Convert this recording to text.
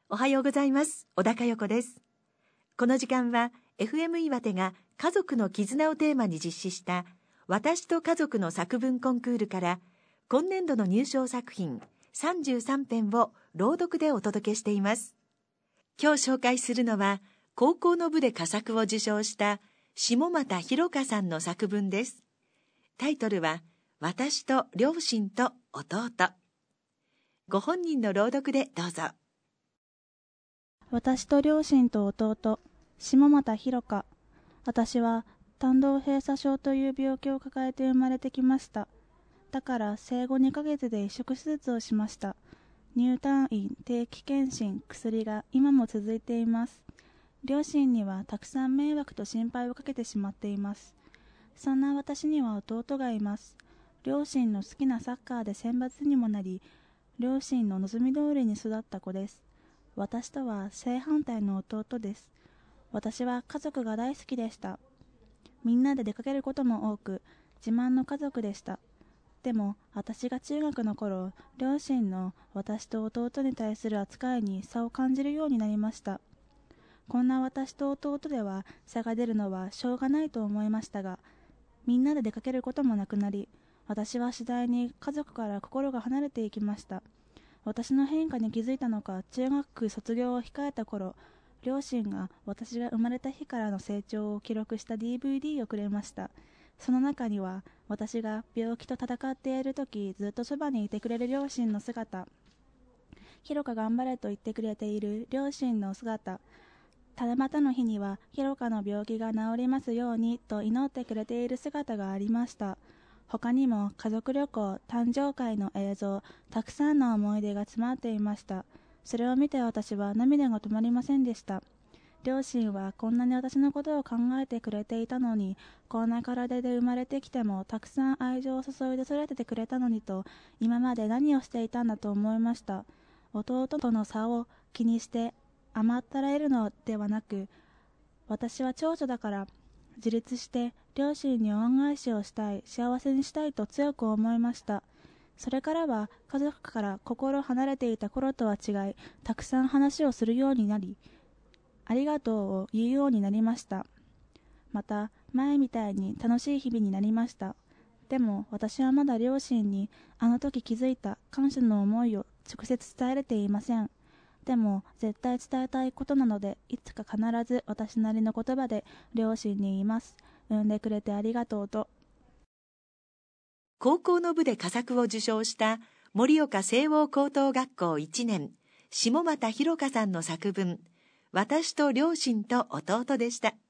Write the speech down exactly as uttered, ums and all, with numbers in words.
おはようございます。小高代子です。この時間は エフエム 岩手が家族の絆をテーマに実施した私と家族の作文コンクールから今年度の入賞作品さんじゅうさんぺんを朗読でお届けしています。今日紹介するのは高校の部で佳作を受賞した下俣ひ香さんの作文です。タイトルは私と両親と弟。ご本人の朗読でどうぞ。 私と両親と弟、下俣ひ香。私は胆道閉鎖症という病気を抱えて生まれてきました。だから生後にかげつで移植手術をしました。入退院、定期検診、薬が今も続いています。両親にはたくさん迷惑と心配をかけてしまっています。そんな私には弟がいます。両親の好きなサッカーで選抜にもなり、両親の望み通りに育った子です。私とは正反対の弟です。私は家族が大好きでした。みんなで出かけることも多く、自慢の家族でした。でも、私が中学の頃、両親の私と弟に対する扱いに差を感じるようになりました。こんな私と弟では差が出るのはしょうがないと思いましたが、みんなで出かけることもなくなり、私は次第に家族から心が離れていきました。私の変化に気づいたのか、中学卒業を控えた頃、両親が私が生まれた日からの成長を記録した ディーブイディー をくれました。その中には、私が病気と闘っている時、ずっとそばにいてくれる両親の姿、ひろか頑張れと言ってくれている両親の姿、七夕の日にはひろかの病気が治りますようにと祈ってくれている姿がありました。他にも家族旅行、誕生会の映像、たくさんの思い出が詰まっていました。それを見て私は涙が止まりませんでした。両親はこんなに私のことを考えてくれていたのに、こんな体で生まれてきてもたくさん愛情を注いで育ててくれたのにと、今まで何をしていたんだと思いました。弟との差を気にして甘ったられるのではなく、私は長女だから自立して両親に恩返しをしたい、幸せにしたいと強く思いました。それからは家族から心離れていた頃とは違い、たくさん話をするようになり、ありがとうを言うようになりました。また前みたいに楽しい日々になりました。でも私はまだ両親にあの時気づいた感謝の思いを直接伝えれていません。でも絶対伝えたいことなので、いつか必ず私なりの言葉で両親に言います。産んでくれてありがとうと。 高校の部で佳作を受賞した盛岡西央高等学校いちねん下俣ひ香さんの作文、私と両親と弟でした。